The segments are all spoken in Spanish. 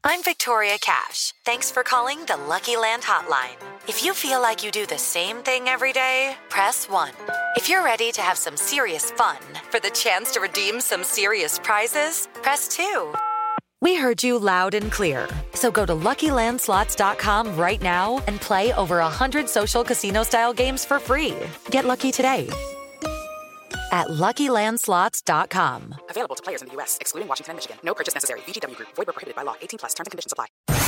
I'm Victoria Cash. Thanks for calling the Lucky Land Hotline. If you feel like you do the same thing every day, press 1. If you're ready to have some serious fun for the chance to redeem some serious prizes, press 2. We heard you loud and clear. So go to LuckyLandSlots.com right now and play over 100 social casino-style games for free. Get lucky today at LuckyLandSlots.com. Available to players in the U.S., excluding Washington and Michigan. No purchase necessary. VGW Group. Void where prohibited by law. 18+. Terms and conditions apply.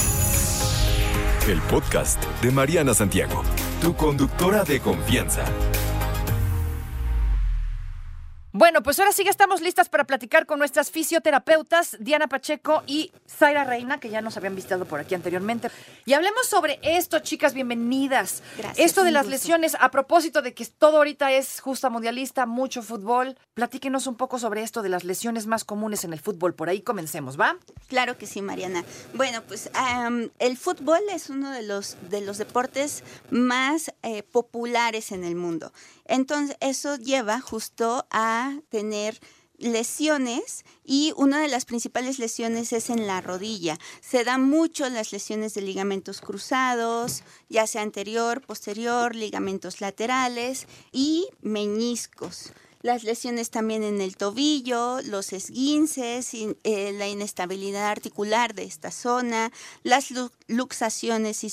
El podcast de Mariana Santiago, tu conductora de confianza. Bueno, pues ahora sí ya estamos listas para platicar con nuestras fisioterapeutas, Diana Pacheco y Zaira Reina, que ya nos habían visitado por aquí anteriormente. Y hablemos sobre esto, chicas, bienvenidas. Gracias. Esto de las lesiones, a propósito de que todo ahorita es justa mundialista, mucho fútbol. Platíquenos un poco sobre esto de las lesiones más comunes en el fútbol. Por ahí comencemos, ¿va? Claro que sí, Mariana. Bueno, pues el fútbol es uno de los deportes más populares en el mundo. Entonces, eso lleva justo a tener lesiones y una de las principales lesiones es en la rodilla. Se dan mucho las lesiones de ligamentos cruzados, ya sea anterior, posterior, ligamentos laterales y meñiscos. Las lesiones también en el tobillo, los esguinces, la inestabilidad articular de esta zona, las luxaciones y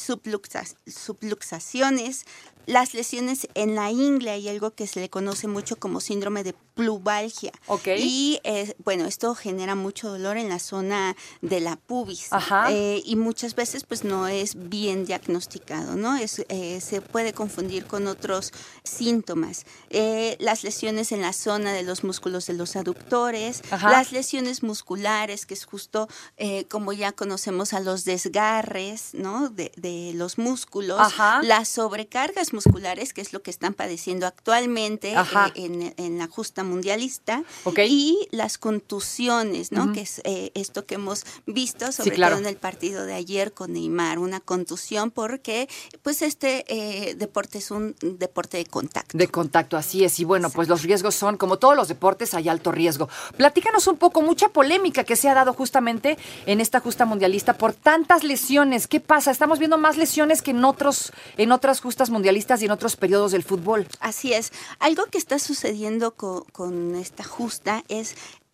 subluxaciones, las lesiones en la ingle, hay algo que se le conoce mucho como síndrome de plubalgia. Okay. Y bueno, esto genera mucho dolor en la zona de la pubis. Ajá. Y muchas veces pues no es bien diagnosticado, ¿no? Se puede confundir con otros síntomas. Las lesiones en la zona de los músculos de los aductores, Ajá. las lesiones musculares, que es justo como ya conocemos a los desgarres, ¿no? De los músculos. Ajá. Las sobrecargas musculares, que es lo que están padeciendo actualmente en la justa mundialista. Okay. Y las contusiones, ¿no? Uh-huh. Que es esto que hemos visto, sobre Sí, claro. todo en el partido de ayer con Neymar, una contusión porque pues deporte es un deporte de contacto. De contacto, así es. Y bueno, pues los riesgos son, como todos los deportes, hay alto riesgo. Platícanos un poco, mucha polémica que se ha dado justamente en esta justa mundialista por tantas lesiones. ¿Qué pasa? Estamos viendo más lesiones que en otras justas mundialistas y en otros periodos del fútbol. Así es. Algo que está sucediendo con esta justa es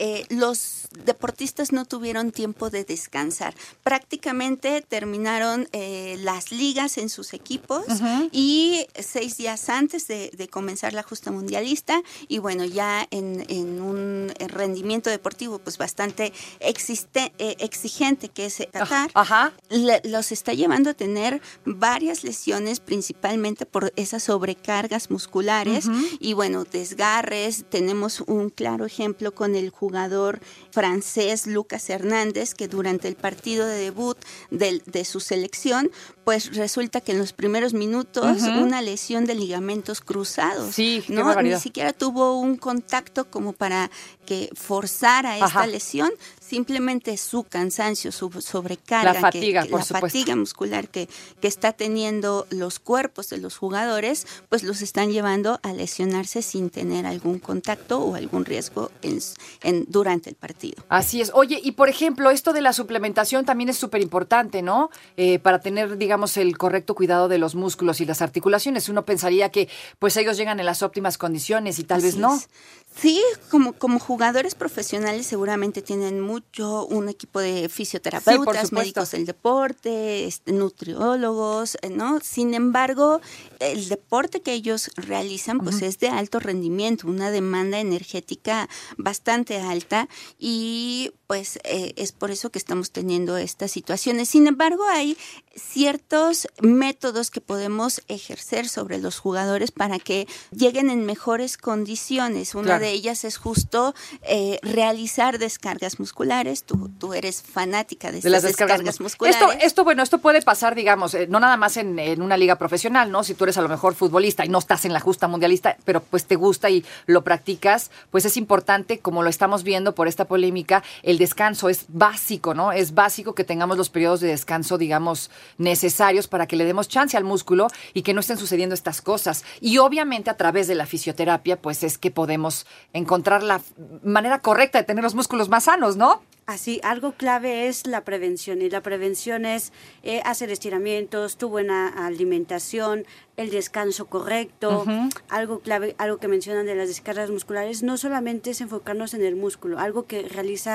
los deportistas no tuvieron tiempo de descansar. Prácticamente terminaron las ligas en sus equipos uh-huh. y 6 días antes de comenzar la justa mundialista y bueno, ya en un rendimiento deportivo pues bastante exigente que es Qatar, Ajá. Los está llevando a tener varias lesiones, principalmente por esas sobrecargas musculares uh-huh. y bueno, desgarres. Tenemos un claro ejemplo con el jugador francés Lucas Hernández, que durante el partido de debut de su selección, pues resulta que en los primeros minutos uh-huh. una lesión de ligamentos cruzados. Sí, qué ¿no? barbaridad. Ni siquiera tuvo un contacto como para que forzara esta Ajá. lesión, simplemente su cansancio, su sobrecarga, la fatiga, la supuesto. fatiga muscular que está teniendo los cuerpos de los jugadores, pues los están llevando a lesionarse sin tener algún contacto o algún riesgo durante el partido. Así es. Oye, y por ejemplo, esto de la suplementación también es súper importante, ¿no? Para tener, digamos, el correcto cuidado de los músculos y las articulaciones. Uno pensaría que pues ellos llegan en las óptimas condiciones y tal vez no. Sí, como jugadores profesionales seguramente tienen un equipo de fisioterapeutas, sí, médicos del deporte, nutriólogos, ¿no? Sin embargo, el deporte que ellos realizan pues uh-huh. es de alto rendimiento, una demanda energética bastante alta y pues es por eso que estamos teniendo estas situaciones. Sin embargo, hay ciertos métodos que podemos ejercer sobre los jugadores para que lleguen en mejores condiciones. Una de ellas es justo realizar descargas musculares. Tú eres fanática de estas descargas musculares. Esto puede pasar, digamos, no nada más en una liga profesional, ¿no? Si tú eres a lo mejor futbolista y no estás en la justa mundialista, pero pues te gusta y lo practicas, pues es importante, como lo estamos viendo por esta polémica, el descanso es básico, ¿no? Es básico que tengamos los periodos de descanso, digamos, necesarios para que le demos chance al músculo y que no estén sucediendo estas cosas. Y obviamente a través de la fisioterapia, pues es que podemos encontrar la manera correcta de tener los músculos más sanos, ¿no? Así, algo clave es la prevención, y la prevención es hacer estiramientos, tu buena alimentación, el descanso correcto. Algo clave, algo que mencionan de las descargas musculares, no solamente es enfocarnos en el músculo, algo que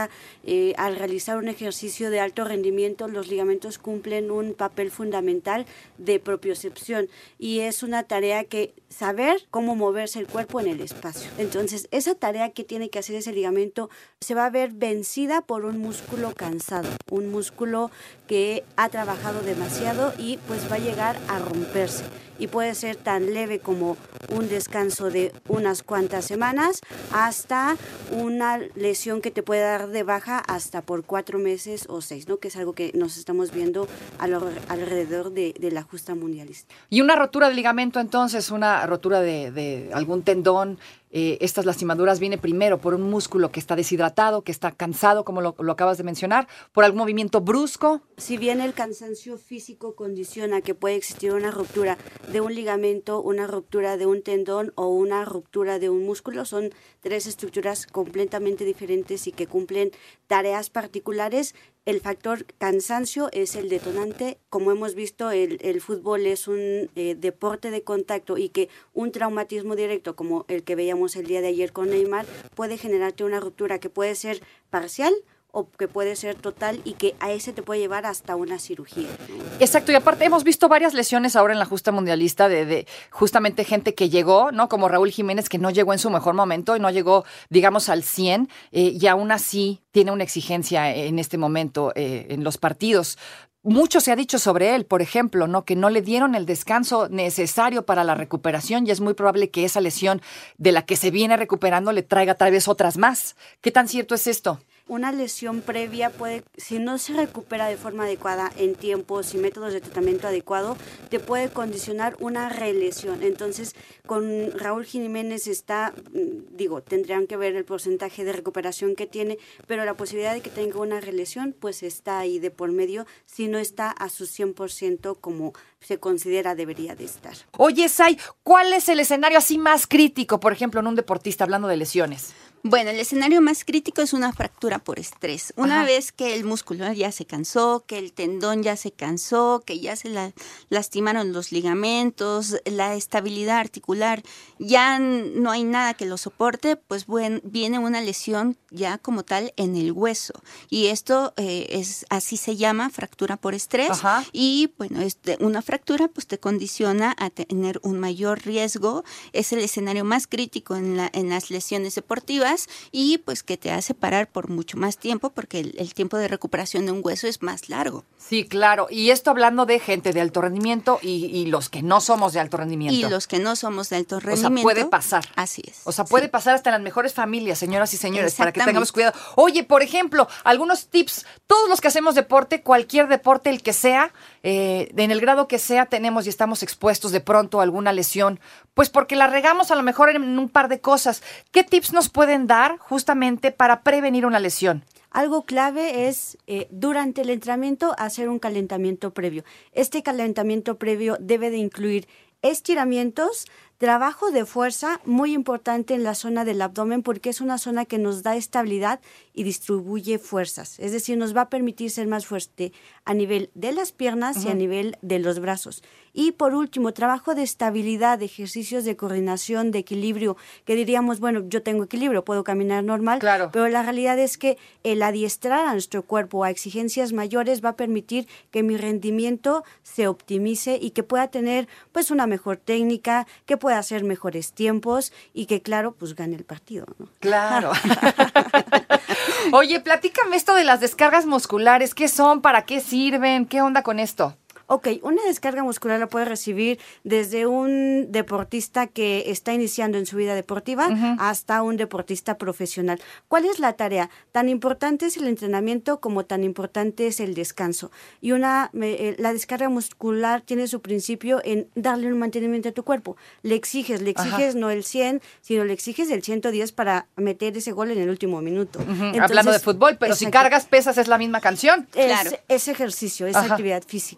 al realizar un ejercicio de alto rendimiento, los ligamentos cumplen un papel fundamental de propiocepción, y es una tarea que saber cómo moverse el cuerpo en el espacio. Entonces, esa tarea que tiene que hacer ese ligamento se va a ver vencida por un músculo cansado, un músculo que ha trabajado demasiado y pues va a llegar a romperse. Y puede ser tan leve como un descanso de unas cuantas semanas hasta una lesión que te puede dar de baja hasta por 4 meses o 6, ¿no? Que es algo que nos estamos viendo alrededor de la justa mundialista. Y una rotura de ligamento, entonces, una rotura de algún tendón. Estas lastimaduras viene primero por un músculo que está deshidratado, que está cansado, como lo acabas de mencionar, por algún movimiento brusco. Si bien el cansancio físico condiciona que puede existir una ruptura de un ligamento, una ruptura de un tendón o una ruptura de un músculo, son 3 estructuras completamente diferentes y que cumplen tareas particulares. El factor cansancio es el detonante. Como hemos visto, el fútbol es un deporte de contacto, y que un traumatismo directo como el que veíamos el día de ayer con Neymar puede generarte una ruptura que puede ser parcial o que puede ser total, y que a ese te puede llevar hasta una cirugía. Exacto, y aparte hemos visto varias lesiones ahora en la justa mundialista de justamente gente que llegó, ¿no? Como Raúl Jiménez, que no llegó en su mejor momento y no llegó, digamos, al 100, y aún así tiene una exigencia en este momento en los partidos. Mucho se ha dicho sobre él, por ejemplo, ¿no? Que no le dieron el descanso necesario para la recuperación, y es muy probable que esa lesión de la que se viene recuperando le traiga tal vez otras más. ¿Qué tan cierto es esto? Una lesión previa puede, si no se recupera de forma adecuada en tiempos y métodos de tratamiento adecuado, te puede condicionar una relesión. Entonces, con Raúl Jiménez tendrían que ver el porcentaje de recuperación que tiene, pero la posibilidad de que tenga una relesión, pues está ahí de por medio, si no está a su 100% como se considera debería de estar. Oye, Sai, ¿cuál es el escenario así más crítico, por ejemplo, en un deportista, hablando de lesiones? Bueno, el escenario más crítico es una fractura por estrés. Una vez que el músculo ya se cansó, que el tendón ya se cansó, que ya se lastimaron los ligamentos, la estabilidad articular, ya no hay nada que lo soporte, pues viene una lesión ya como tal en el hueso. Y esto así se llama fractura por estrés. Ajá. Y bueno, una fractura pues te condiciona a tener un mayor riesgo. Es el escenario más crítico en las lesiones deportivas, y pues que te hace parar por mucho más tiempo, porque el tiempo de recuperación de un hueso es más largo. Sí, claro. Y esto hablando de gente de alto rendimiento y los que no somos de alto rendimiento. Y los que no somos de alto rendimiento. O sea, puede pasar. Así es. O sea, puede pasar hasta en las mejores familias, señoras y señores, para que tengamos cuidado. Oye, por ejemplo, algunos tips. Todos los que hacemos deporte, cualquier deporte, el que sea, en el grado que sea, tenemos y estamos expuestos de pronto a alguna lesión, pues porque la regamos a lo mejor en un par de cosas. ¿Qué tips nos pueden dar justamente para prevenir una lesión? Algo clave es durante el entrenamiento hacer un calentamiento previo. Este calentamiento previo debe de incluir estiramientos, trabajo de fuerza, muy importante en la zona del abdomen, porque es una zona que nos da estabilidad y distribuye fuerzas. Es decir, nos va a permitir ser más fuerte a nivel de las piernas y a nivel de los brazos. Y por último, trabajo de estabilidad, ejercicios de coordinación, de equilibrio, que diríamos, bueno, yo tengo equilibrio, puedo caminar normal, claro, pero la realidad es que el adiestrar a nuestro cuerpo a exigencias mayores va a permitir que mi rendimiento se optimice y que pueda tener pues una mejor técnica, que pueda hacer mejores tiempos y que, claro, pues gane el partido, ¿no? Claro. Oye, platícame esto de las descargas musculares. ¿Qué son? ¿Para qué sirven? ¿Qué onda con esto? Ok, una descarga muscular la puede recibir desde un deportista que está iniciando en su vida deportiva hasta un deportista profesional. ¿Cuál es la tarea? Tan importante es el entrenamiento como tan importante es el descanso. Y la descarga muscular tiene su principio en darle un mantenimiento a tu cuerpo. Le exiges no el 100, sino le exiges el 110 para meter ese gol en el último minuto. Entonces, hablando de fútbol, pero exacto, si cargas pesas es la misma canción. Claro. Es ejercicio, es actividad física, ¿no?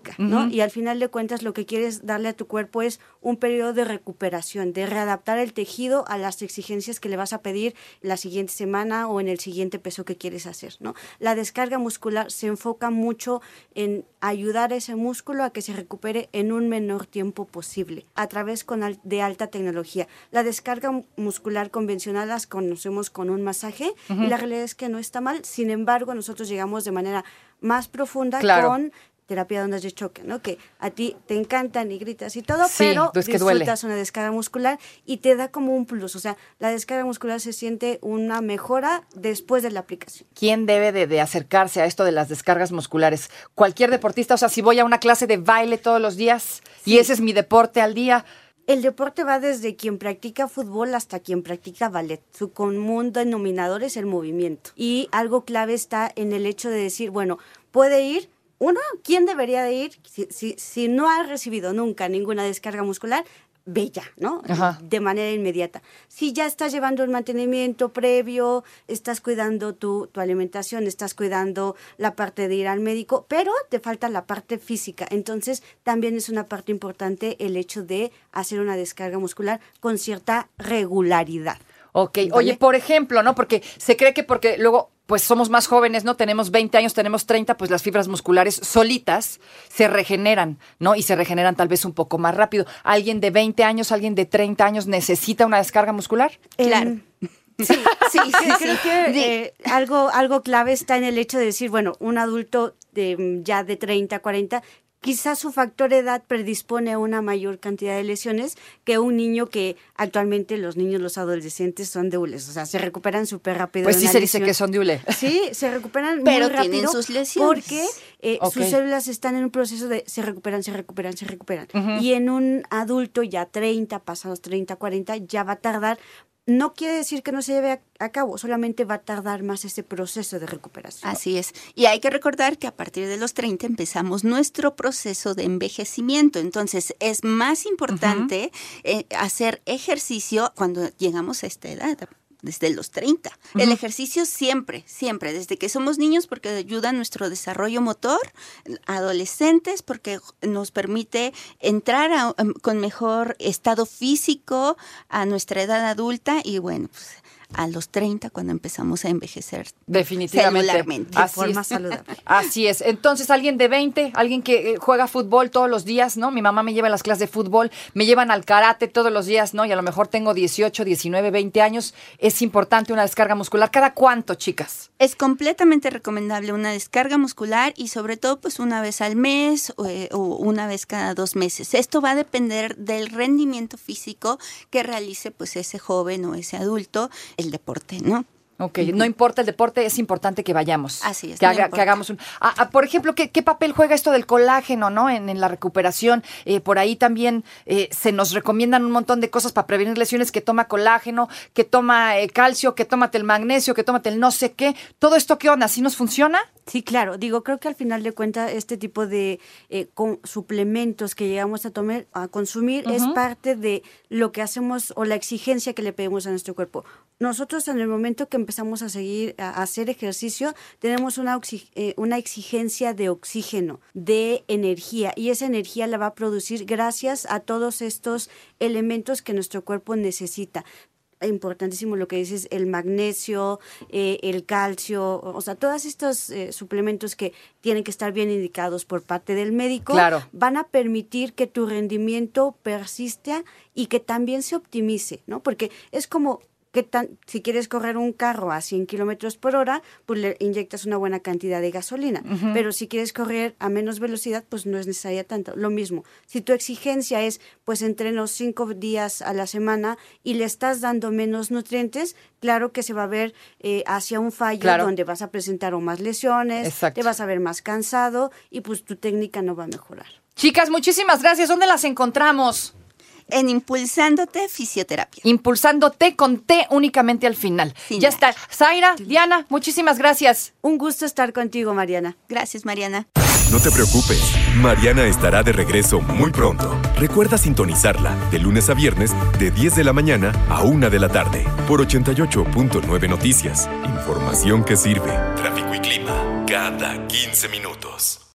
¿no? Y al final de cuentas lo que quieres darle a tu cuerpo es un periodo de recuperación, de readaptar el tejido a las exigencias que le vas a pedir la siguiente semana o en el siguiente peso que quieres hacer, ¿no? La descarga muscular se enfoca mucho en ayudar a ese músculo a que se recupere en un menor tiempo posible, a través de alta tecnología. La descarga muscular convencional las conocemos con un masaje, y la realidad es que no está mal. Sin embargo, nosotros llegamos de manera más profunda con terapia de ondas de choque, ¿no? Que a ti te encantan y gritas y todo, pero disfrutas una descarga muscular y te da como un plus. O sea, la descarga muscular se siente una mejora después de la aplicación. ¿Quién debe de acercarse a esto de las descargas musculares? ¿Cualquier deportista? O sea, si voy a una clase de baile todos los días y ese es mi deporte al día. El deporte va desde quien practica fútbol hasta quien practica ballet. Su común denominador es el movimiento. Y algo clave está en el hecho de decir, bueno, puede ir. Uno, ¿quién debería de ir? Si no ha recibido nunca ninguna descarga muscular, ve ya, ¿no? Ajá. De manera inmediata. Si ya estás llevando el mantenimiento previo, estás cuidando tu alimentación, estás cuidando la parte de ir al médico, pero te falta la parte física. Entonces, también es una parte importante el hecho de hacer una descarga muscular con cierta regularidad. Ok. ¿Vale? Oye, por ejemplo, ¿no? Porque se cree que porque luego pues somos más jóvenes, ¿no? Tenemos 20 años, tenemos 30, pues las fibras musculares solitas se regeneran, ¿no? Y se regeneran tal vez un poco más rápido. ¿Alguien de 20 años, alguien de 30 años necesita una descarga muscular? Claro. Sí, creo que algo clave está en el hecho de decir, bueno, un adulto ya de 30, 40, quizás su factor edad predispone a una mayor cantidad de lesiones que un niño que actualmente los adolescentes son de hules, o sea, se recuperan súper rápido. Pues sí se dice que son de hule. Sí, se recuperan pero muy rápido. Tienen sus lesiones. Porque sus células están en un proceso de se recuperan. Uh-huh. Y en un adulto ya 30, pasados 30, 40, ya va a tardar. No quiere decir que no se lleve a cabo, solamente va a tardar más ese proceso de recuperación. Así es. Y hay que recordar que a partir de los 30 empezamos nuestro proceso de envejecimiento. Entonces, es más importante hacer ejercicio cuando llegamos a esta edad, desde los 30. El ejercicio siempre, desde que somos niños, porque ayuda a nuestro desarrollo motor, adolescentes, porque nos permite entrar con mejor estado físico a nuestra edad adulta y bueno, pues a los 30 cuando empezamos a envejecer. Definitivamente. Celularmente. De forma saludable. Así es. Entonces, alguien de 20, alguien que juega fútbol todos los días, ¿no? Mi mamá me lleva a las clases de fútbol, me llevan al karate todos los días, ¿no? Y a lo mejor tengo 18, 19, 20 años. Es importante una descarga muscular. ¿Cada cuánto, chicas? Es completamente recomendable una descarga muscular y sobre todo pues una vez al mes o una vez cada 2 meses. Esto va a depender del rendimiento físico que realice pues ese joven o ese adulto, el deporte, ¿no? Ok, no importa el deporte, es importante que vayamos. Así es. Que hagamos un... por ejemplo, ¿qué papel juega esto del colágeno, ¿no? En la recuperación. Por ahí también se nos recomiendan un montón de cosas para prevenir lesiones, que toma colágeno, que toma calcio, que tómate el magnesio, que tómate el no sé qué. ¿Todo esto qué onda? ¿Sí nos funciona? Sí, claro. Creo que al final de cuentas este tipo de suplementos que llegamos a consumir es parte de lo que hacemos o la exigencia que le pedimos a nuestro cuerpo. Nosotros en el momento que empezamos a hacer ejercicio, tenemos una exigencia de oxígeno, de energía, y esa energía la va a producir gracias a todos estos elementos que nuestro cuerpo necesita. Importantísimo lo que dices, el magnesio, el calcio, o sea, todos estos suplementos que tienen que estar bien indicados por parte del médico, van a permitir que tu rendimiento persista y que también se optimice, ¿no? Porque es como si quieres correr un carro a 100 kilómetros por hora, pues le inyectas una buena cantidad de gasolina. Pero si quieres correr a menos velocidad, pues no es necesaria tanto. Lo mismo, si tu exigencia es, pues entreno 5 días a la semana y le estás dando menos nutrientes, claro que se va a ver hacia un fallo donde vas a presentar o más lesiones, te vas a ver más cansado y pues tu técnica no va a mejorar. Chicas, muchísimas gracias. ¿Dónde las encontramos? En Impulsándote Fisioterapia. Impulsándote con T únicamente al final. Ya está. Zaira, Diana, muchísimas gracias. Un gusto estar contigo, Mariana. Gracias, Mariana. No te preocupes, Mariana estará de regreso muy pronto. Recuerda sintonizarla de lunes a viernes de 10 de la mañana a 1 de la tarde por 88.9 Noticias. Información que sirve. Tráfico y clima cada 15 minutos.